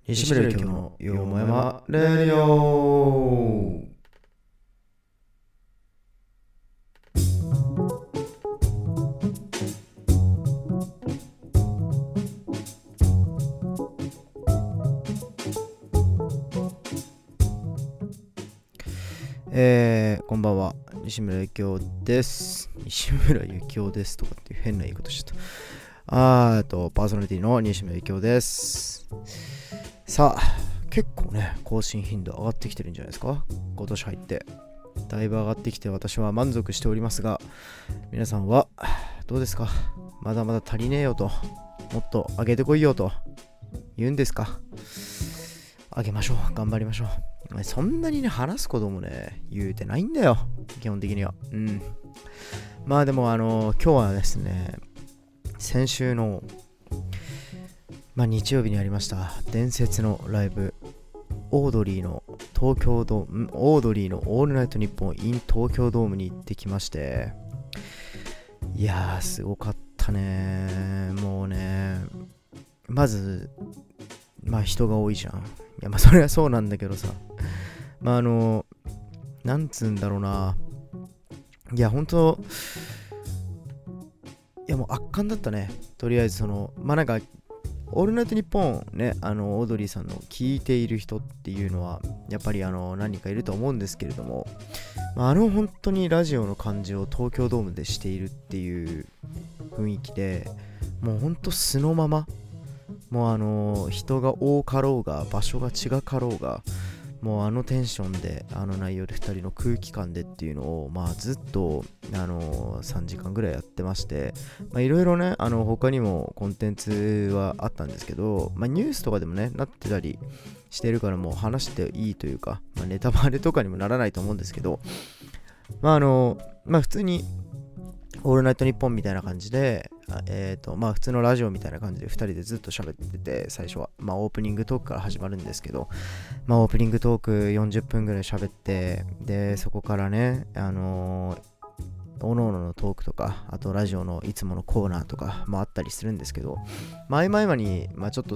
西村ゆきのよもやまレディオ。こんばんは、西村ゆきおです。西村ゆきおですとかっていう変な言い方しちゃった。パーソナリティの西村ゆきおです。さあ、結構ね、更新頻度上がってきてるんじゃないですか。今年入って。だいぶ上がってきて私は満足しておりますが、皆さんはどうですか。まだまだ足りねえよと、もっと上げてこいよと言うんですか。上げましょう。頑張りましょう。そんなにね、話すこともね、言うてないんだよ。基本的には。まあでも今日はですね、先週の、日曜日にありました伝説のライブ、オードリーのオールナイトニッポン in 東京ドームに行ってきまして、いやー、すごかったね。もうね、まず、人が多いじゃん。いや、それはそうなんだけどさ。なんつうんだろうな。いや、ほんと、いや、もう圧巻だったね。とりあえず、オールナイトニッポンね、オードリーさんの聞いている人っていうのは、やっぱり何人かいると思うんですけれども、本当にラジオの感じを東京ドームでしているっていう雰囲気で、もうほんと素のまま、もう人が多かろうが、場所が違かろうが、もうテンションで内容で2人の空気感でっていうのをずっと3時間ぐらいやってまして、いろいろね他にもコンテンツはあったんですけど、ニュースとかでもねなってたりしてるから、もう話していいというか、ネタバレとかにもならないと思うんですけど、普通にオールナイトニッポンみたいな感じで、普通のラジオみたいな感じで2人でずっと喋ってて、最初は、オープニングトークから始まるんですけど、オープニングトーク40分ぐらい喋って、で、そこからね、おのおののトークとか、あとラジオのいつものコーナーとかもあったりするんですけど、合間合間に、ちょっと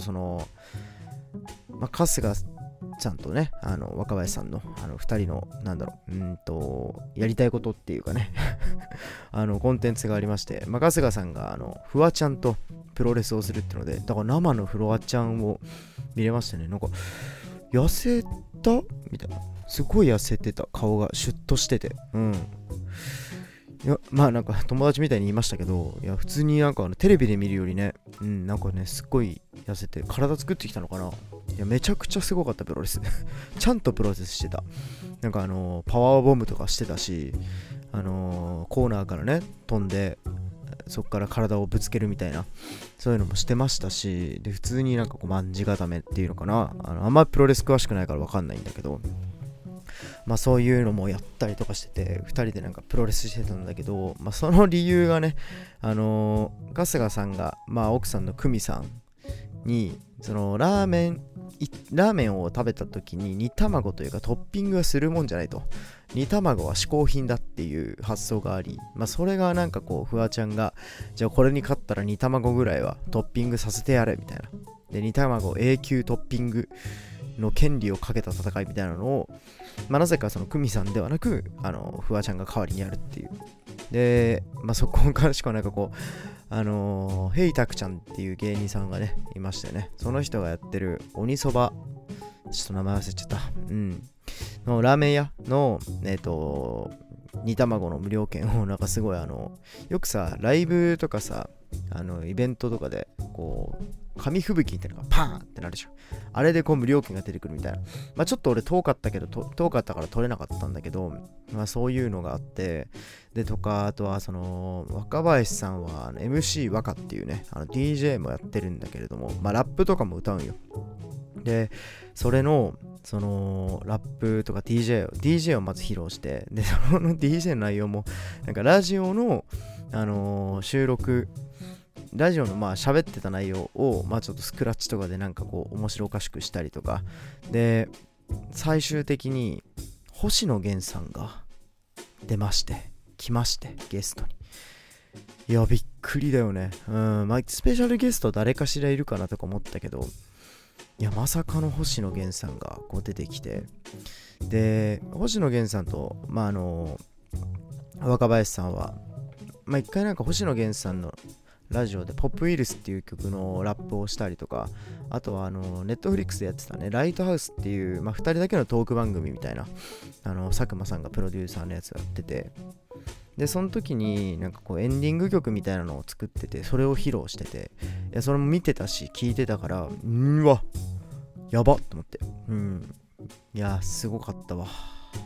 春日ちゃんとね、若林さんの2人のやりたいことっていうかねコンテンツがありまして、春日さんがフワちゃんとプロレスをするってので、だから生のフワちゃんを見れましたね。なんか痩せたみたいな、すごい痩せてた、顔がシュッとしてて、いや、友達みたいに言いましたけど、いや普通にテレビで見るよりね、すっごい痩せて体作ってきたのかな。いや、めちゃくちゃすごかった、プロレスちゃんとプロレスしてた。パワーボムとかしてたし、コーナーからね飛んで、そこから体をぶつけるみたいな、そういうのもしてましたし、で普通に卍固めっていうのかな、あんまプロレス詳しくないから分かんないんだけど、そういうのもやったりとかしてて、2人でプロレスしてたんだけど、その理由がね、春日さんが、奥さんの久美さんにそのラーメンを食べた時に煮卵というかトッピングはするもんじゃないと、煮卵は嗜好品だっていう発想があり、それがフワちゃんが、じゃあこれに勝ったら煮卵ぐらいはトッピングさせてやれみたいな、で煮卵永久トッピングの権利をかけた戦いみたいなのを、なぜかその久美さんではなくフワちゃんが代わりにやるっていう。で、そこからしかヘイタクちゃんっていう芸人さんがねいましてね、その人がやってる鬼そば、ちょっと名前忘れちゃった、のラーメン屋の煮卵の無料券をすごいよくさライブとかさイベントとかで紙吹雪みたいなのがパーンってなるじゃん。あれで無料券が出てくるみたいな。ちょっと俺遠かったから取れなかったんだけど、そういうのがあって、でとか、あとは若林さんはMC 若っていうね、DJ もやってるんだけれども、ラップとかも歌うんよ。で、それのラップとか DJ をまず披露して、でその DJ の内容もラジオの収録、ラジオの喋ってた内容をちょっとスクラッチとかで面白おかしくしたりとかで、最終的に星野源さんが来ましてゲストに。いやびっくりだよね。スペシャルゲスト誰かしらいるかなとか思ったけど、 いやまさかの星野源さんがこう出てきて、で星野源さんと若林さんは一回なんか星野源さんのラジオでポップウイルスっていう曲のラップをしたりとか、あとはネットフリックスでやってたねライトハウスっていう、2人だけのトーク番組みたいな佐久間さんがプロデューサーのやつをやってて、でその時になんかこうエンディング曲みたいなのを作ってて、それを披露してて、いやそれも見てたし聞いてたから、うわやばっと思って、いやすごかったわ。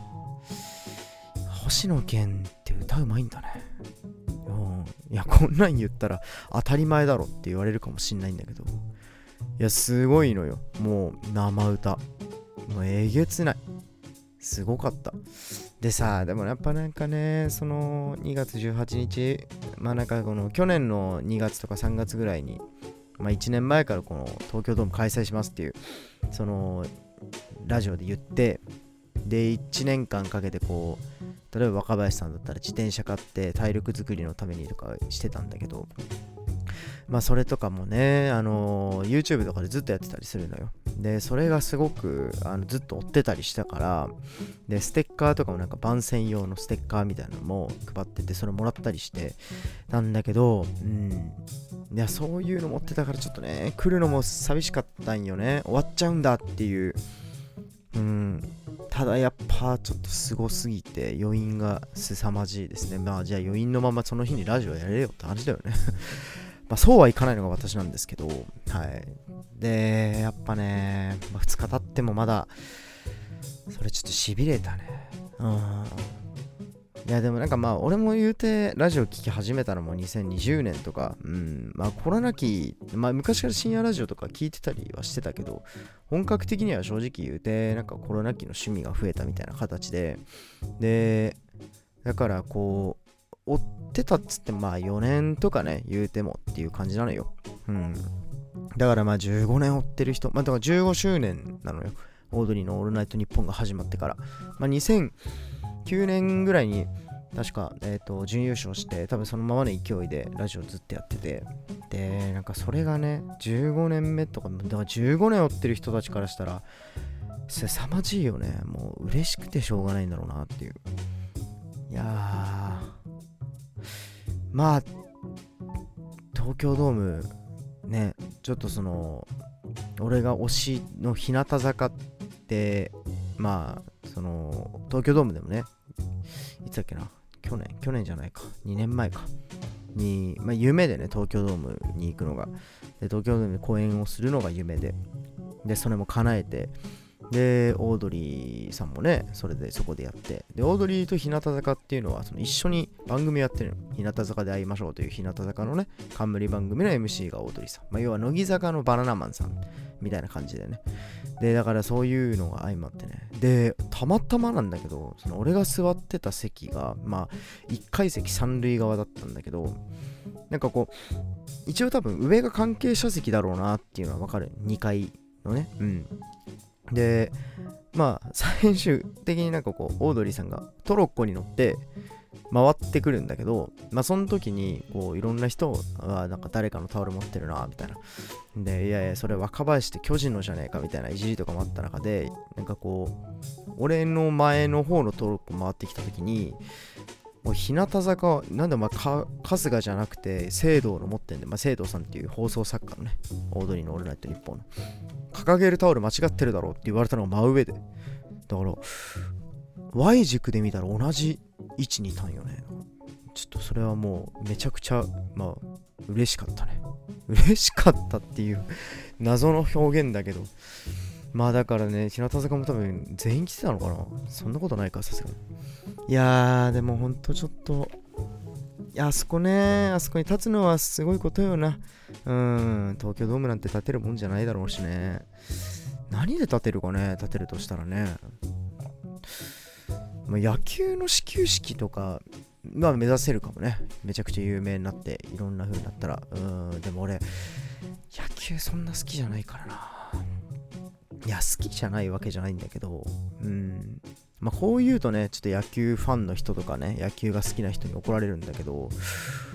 星野源って歌うまいんだね。いやこんなん言ったら当たり前だろって言われるかもしんないんだけど、いやすごいのよ。もう生歌もうえげつない、すごかった。でさ、でもやっぱなんかね、その2月18日、なんかこの去年の2月とか3月ぐらいに、1年前からこの東京ドーム開催しますっていうそのラジオで言って、で1年間かけてこう、例えば若林さんだったら自転車買って体力作りのためにとかしてたんだけど、それとかもね、YouTube とかでずっとやってたりするのよ。でそれがすごくずっと追ってたりしたから、でステッカーとかもなんか番宣用のステッカーみたいなのも配ってて、それもらったりしてたんだけど、いやそういうの持ってたからちょっとね来るのも寂しかったんよね。終わっちゃうんだっていう。ただやっぱちょっとすごすぎて余韻が凄まじいですね。じゃあ余韻のままその日にラジオやれよって話だよねそうはいかないのが私なんですけど、でやっぱね、2日経ってもまだそれちょっとしびれたね。いやでもなんか俺も言うてラジオ聞き始めたのも2020年とか、コロナ期、昔から深夜ラジオとか聞いてたりはしてたけど、本格的には正直言うてなんかコロナ期の趣味が増えたみたいな形で、だからこう追ってたっつって4年とかね言うてもっていう感じなのよ。だから15年追ってる人、だから15周年なのよ、オードリーのオールナイトニッポンが始まってから。2009年ぐらいに確か、準優勝して、多分そのままの勢いでラジオずっとやってて、でなんかそれがね15年目とか、だから15年追ってる人たちからしたら凄まじいよね。もう嬉しくてしょうがないんだろうなっていう。いや東京ドームね、ちょっとその俺が推しの日向坂ってその東京ドームでもね、いつだっけな、去年じゃないか、2年前かに、夢でね東京ドームに行くのが、で東京ドームで公演をするのが夢で、それも叶えて、でオードリーさんもねそこでやって、でオードリーと日向坂っていうのはその一緒に番組やってるの。日向坂で会いましょうという日向坂のね冠番組の MC がオードリーさん、要は乃木坂のバナナマンさんみたいな感じでね。でだからそういうのが相まってね、でたまたまなんだけど、その俺が座ってた席が1階席三塁側だったんだけど、なんかこう一応多分上が関係者席だろうなっていうのは分かる、2階のね。で最終的になんかこうオードリーさんがトロッコに乗って回ってくるんだけど、その時にこういろんな人がなんか誰かのタオル持ってるなみたいな、でいやいやそれ若林って巨人のじゃねえかみたいないじりとかもあった中で、なんかこう俺の前の方のトロッコ回ってきた時に、もう日向坂なんで春日じゃなくて聖堂の持ってんで、聖堂さんっていう放送作家のねオードリーのオールナイトニッポンの掲げるタオル間違ってるだろうって言われたのが真上で、だから Y 軸で見たら同じ位置にいたんよね。ちょっとそれはもうめちゃくちゃ嬉しかったね。嬉しかったっていう謎の表現だけど、だからね日向坂も多分全員来てたのかな、そんなことないかさすがに。いやーでもほんとちょっとあそこに立つのはすごいことよな。東京ドームなんて建てるもんじゃないだろうしね。何で建てるかね、建てるとしたらね、野球の始球式とか目指せるかもね。めちゃくちゃ有名になっていろんな風になったら。でも俺野球そんな好きじゃないからな。いや好きじゃないわけじゃないんだけど、こう言うとねちょっと野球ファンの人とかね、野球が好きな人に怒られるんだけど、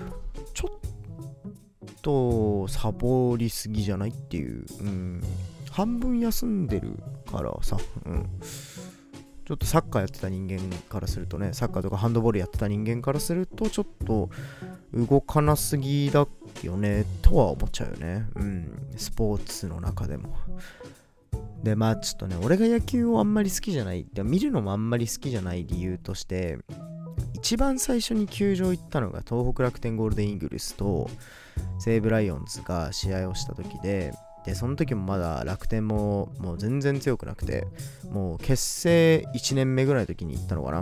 ちょっとサボりすぎじゃないっていう、 半分休んでるからさ、ちょっとサッカーやってた人間からするとね、サッカーとかハンドボールやってた人間からするとちょっと動かなすぎだよねとは思っちゃうよね。スポーツの中でも。でちょっとね、俺が野球をあんまり好きじゃない、見るのもあんまり好きじゃない理由として、一番最初に球場行ったのが東北楽天ゴールデンイーグルスと西武ライオンズが試合をした時で、その時もまだ楽天ももう全然強くなくて、もう結成1年目ぐらいの時に行ったのかな。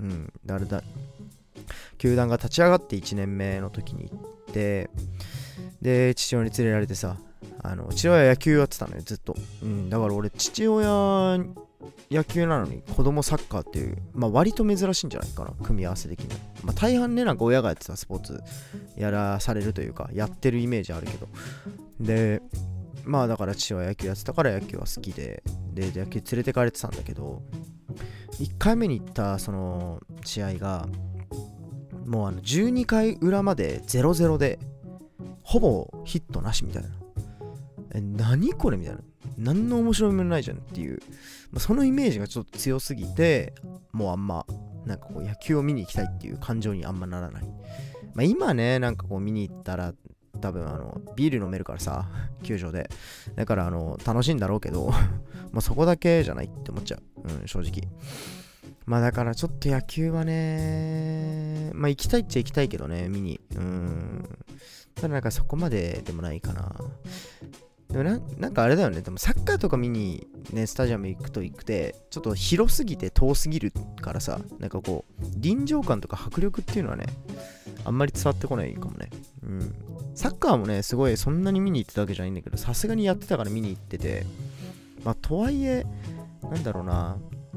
球団が立ち上がって1年目の時に行って、で父親に連れられてさ、父親野球やってたのよずっと。だから俺父親野球なのに子供サッカーっていう、割と珍しいんじゃないかな、組み合わせ的に。大半ね、なんか親がやってたスポーツやらされるというか、やってるイメージあるけど。でだから父は野球やってたから野球は好きで、野球連れてかれてたんだけど、1回目に行ったその試合がもう12回裏まで 0-0 でほぼヒットなしみたいな。何これみたいな。何の面白みもないじゃんっていう、そのイメージがちょっと強すぎて、もうあんまなんかこう野球を見に行きたいっていう感情にあんまならない。今ね、なんかこう見に行ったら多分ビール飲めるからさ、球場で。だから楽しいんだろうけどそこだけじゃないって思っちゃう。正直。だからちょっと野球はね、行きたいっちゃ行きたいけどね、見に。ただなんかそこまででもないかな。でもなんかあれだよね、でもサッカーとか見にね、スタジアム行くて、ちょっと広すぎて遠すぎるからさ、なんかこう、臨場感とか迫力っていうのはね、あんまり伝わってこないかもね。サッカーもね、すごいそんなに見に行ってたわけじゃないんだけど、さすがにやってたから見に行ってて、とはいえ、なんだろうな、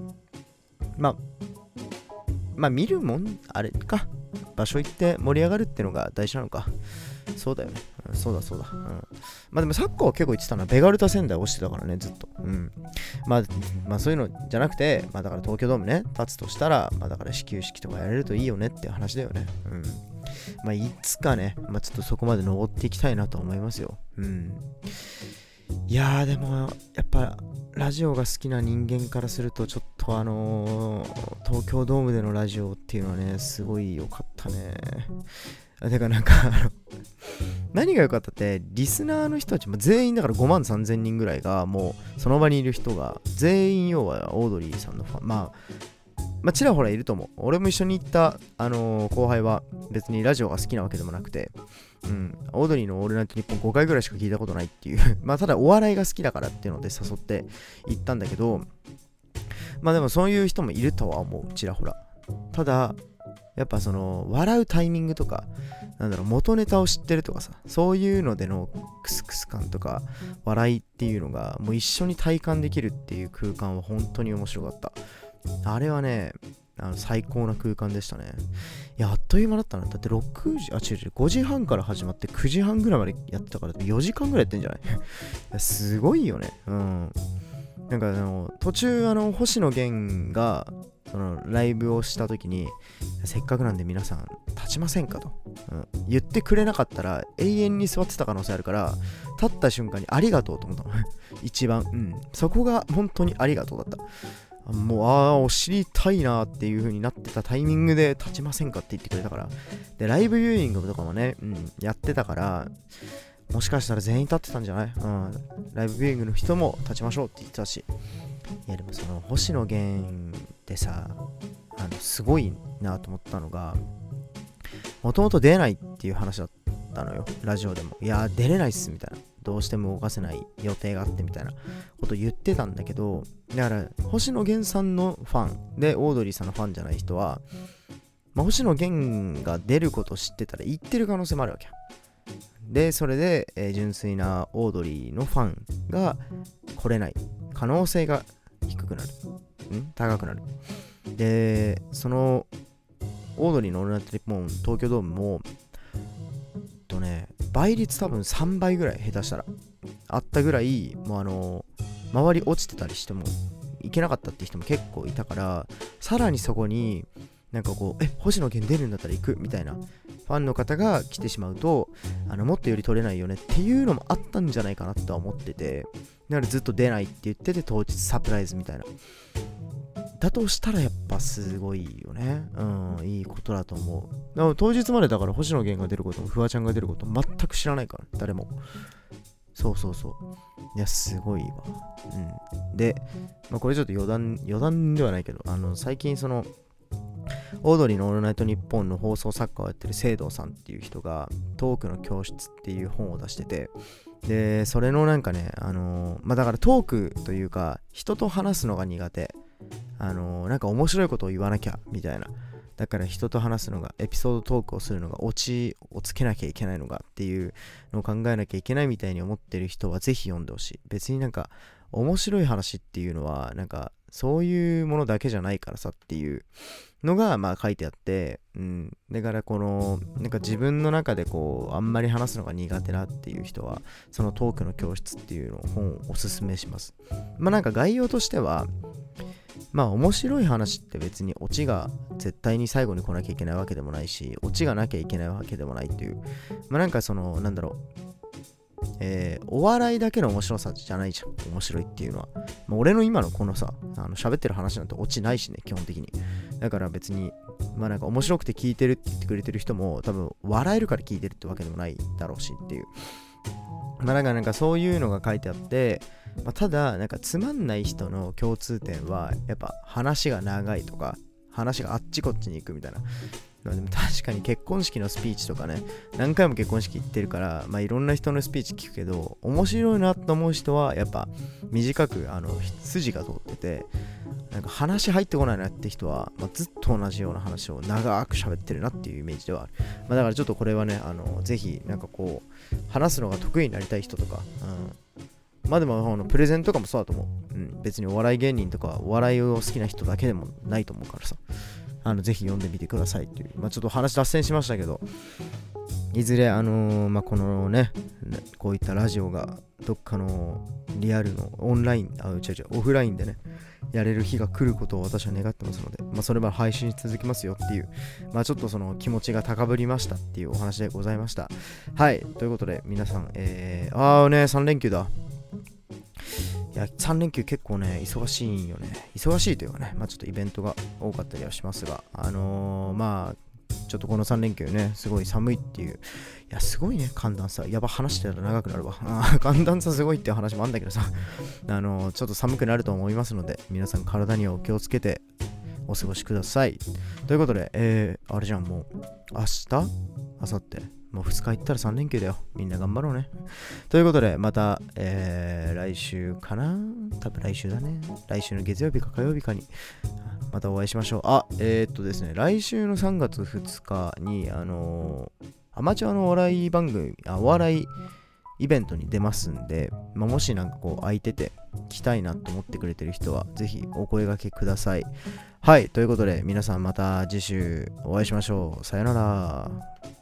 見るもん、あれか、場所行って盛り上がるってのが大事なのか。そうだよね。そうだ。でもサッカーは結構言ってたな。ベガルタ仙台押してたからね、ずっと。そういうのじゃなくて、だから東京ドームね、立つとしたら、だから始球式とかやれるといいよねっていう話だよね。いつかね、ちょっとそこまで登っていきたいなと思いますよ。いやー、でも、やっぱ、ラジオが好きな人間からすると、ちょっと東京ドームでのラジオっていうのはね、すごい良かったね。てかなんか何が良かったって、リスナーの人たちも全員だから5万3000人ぐらいが、もうその場にいる人が全員要はオードリーさんのファン。ちらほらいると思う。俺も一緒に行った、後輩は別にラジオが好きなわけでもなくて、オードリーのオールナイトニッポン5回ぐらいしか聞いたことないっていうただお笑いが好きだからっていうので誘って行ったんだけど、でもそういう人もいるとは思う、ちらほら。ただやっぱその笑うタイミングとか、元ネタを知ってるとかさ、そういうのでのクスクス感とか笑いっていうのがもう一緒に体感できるっていう空間は本当に面白かった。あれはね、最高な空間でしたね。いや、あっという間だったな。だって5時半から始まって9時半ぐらいまでやってたから4時間ぐらいやってんじゃないいやすごいよね。なんか途中星野源がそのライブをした時に、せっかくなんで皆さん立ちませんかと、言ってくれなかったら永遠に座ってた可能性あるから、立った瞬間にありがとうと思ったの一番、そこが本当にありがとうだった。もうお知りたいなっていう風になってたタイミングで立ちませんかって言ってくれたから。でライブビューイングとかもね、やってたから、もしかしたら全員立ってたんじゃない？ライブビューイングの人も立ちましょうって言ってたし。いやでもその星野源ってさ、すごいなと思ったのが、もともと出ないっていう話だったのよ、ラジオでも。いや出れないっすみたいな、どうしても動かせない予定があってみたいなこと言ってたんだけど、だから星野源さんのファンでオードリーさんのファンじゃない人は、星野源が出ることを知ってたら行ってる可能性もあるわけよ。でそれで、純粋なオードリーのファンが来れない可能性が低くなる、高くなる。でそのオードリーのオールナイトニッポン東京ドームも倍率多分3倍ぐらい下手したらあったぐらい、もう周り落ちてたりしても行けなかったって人も結構いたから、さらにそこになんかこう星野源出るんだったら行くみたいなファンの方が来てしまうともっとより取れないよねっていうのもあったんじゃないかなとは思ってて、だからずっと出ないって言ってて当日サプライズみたいなだとしたらやっぱすごいよね。いいことだと思う。だから当日までだから星野源が出ることもフワちゃんが出ることも全く知らないから、誰も。そう。いや、すごいわ。で、これちょっと余談ではないけど、最近その、オードリーのオールナイトニッポンの放送作家をやってる聖堂さんっていう人が、トークの教室っていう本を出してて、で、それのなんかね、だからトークというか、人と話すのが苦手。なんか面白いことを言わなきゃみたいな、だから人と話すのがエピソードトークをするのがオチをつけなきゃいけないのがっていうのを考えなきゃいけないみたいに思ってる人はぜひ読んでほしい。別になんか面白い話っていうのはなんかそういうものだけじゃないからさっていうのが書いてあって、だからこのなんか自分の中でこうあんまり話すのが苦手なっていう人はそのトークの教室っていうのを本をおすすめします。なんか概要としては面白い話って別にオチが絶対に最後に来なきゃいけないわけでもないし、オチがなきゃいけないわけでもないっていう、なんかそのなんだろう、お笑いだけの面白さじゃないじゃん、面白いっていうのは。俺の今のこのさ喋ってる話なんてオチないしね、基本的に。だから別になんか面白くて聞いてるって言ってくれてる人も多分笑えるから聞いてるってわけでもないだろうしっていう、なんかそういうのが書いてあって、ただなんかつまんない人の共通点はやっぱ話が長いとか話があっちこっちに行くみたいな。でも確かに結婚式のスピーチとかね、何回も結婚式行ってるからいろんな人のスピーチ聞くけど、面白いなと思う人はやっぱ短く筋が通ってて、なんか話入ってこないなって人は、ずっと同じような話を長く喋ってるなっていうイメージではある。だからちょっとこれはねぜひなんかこう話すのが得意になりたい人とか、でもプレゼンとかもそうだと思う。別にお笑い芸人とかお笑いを好きな人だけでもないと思うからさ、ぜひ読んでみてくださいっていう、ちょっと話脱線しましたけど、いずれこのねこういったラジオがどっかのリアルのオンラインオフラインでねやれる日が来ることを私は願ってますので、それまで配信し続きますよっていう、ちょっとその気持ちが高ぶりましたっていうお話でございました。はい、ということで皆さん3連休だ。いや3連休結構ね忙しいんよね。忙しいというかね、ちょっとイベントが多かったりはしますが、ちょっとこの3連休ねすごい寒いっていう、いやすごいね寒暖差、やば話してたら長くなるわ。寒暖差すごいっていう話もあるんだけどさちょっと寒くなると思いますので、皆さん体にはお気をつけてお過ごしください。ということであれじゃん、もう明日明後日もう2日行ったら3連休だよ。みんな頑張ろうね。ということで、また、来週かな？多分来週だね。来週の月曜日か火曜日かに、またお会いしましょう。ですね、来週の3月2日に、アマチュアのお笑い番組、お笑いイベントに出ますんで、もしなんかこう空いてて来たいなと思ってくれてる人は、ぜひお声掛けください。はい、ということで、皆さんまた次週お会いしましょう。さよなら。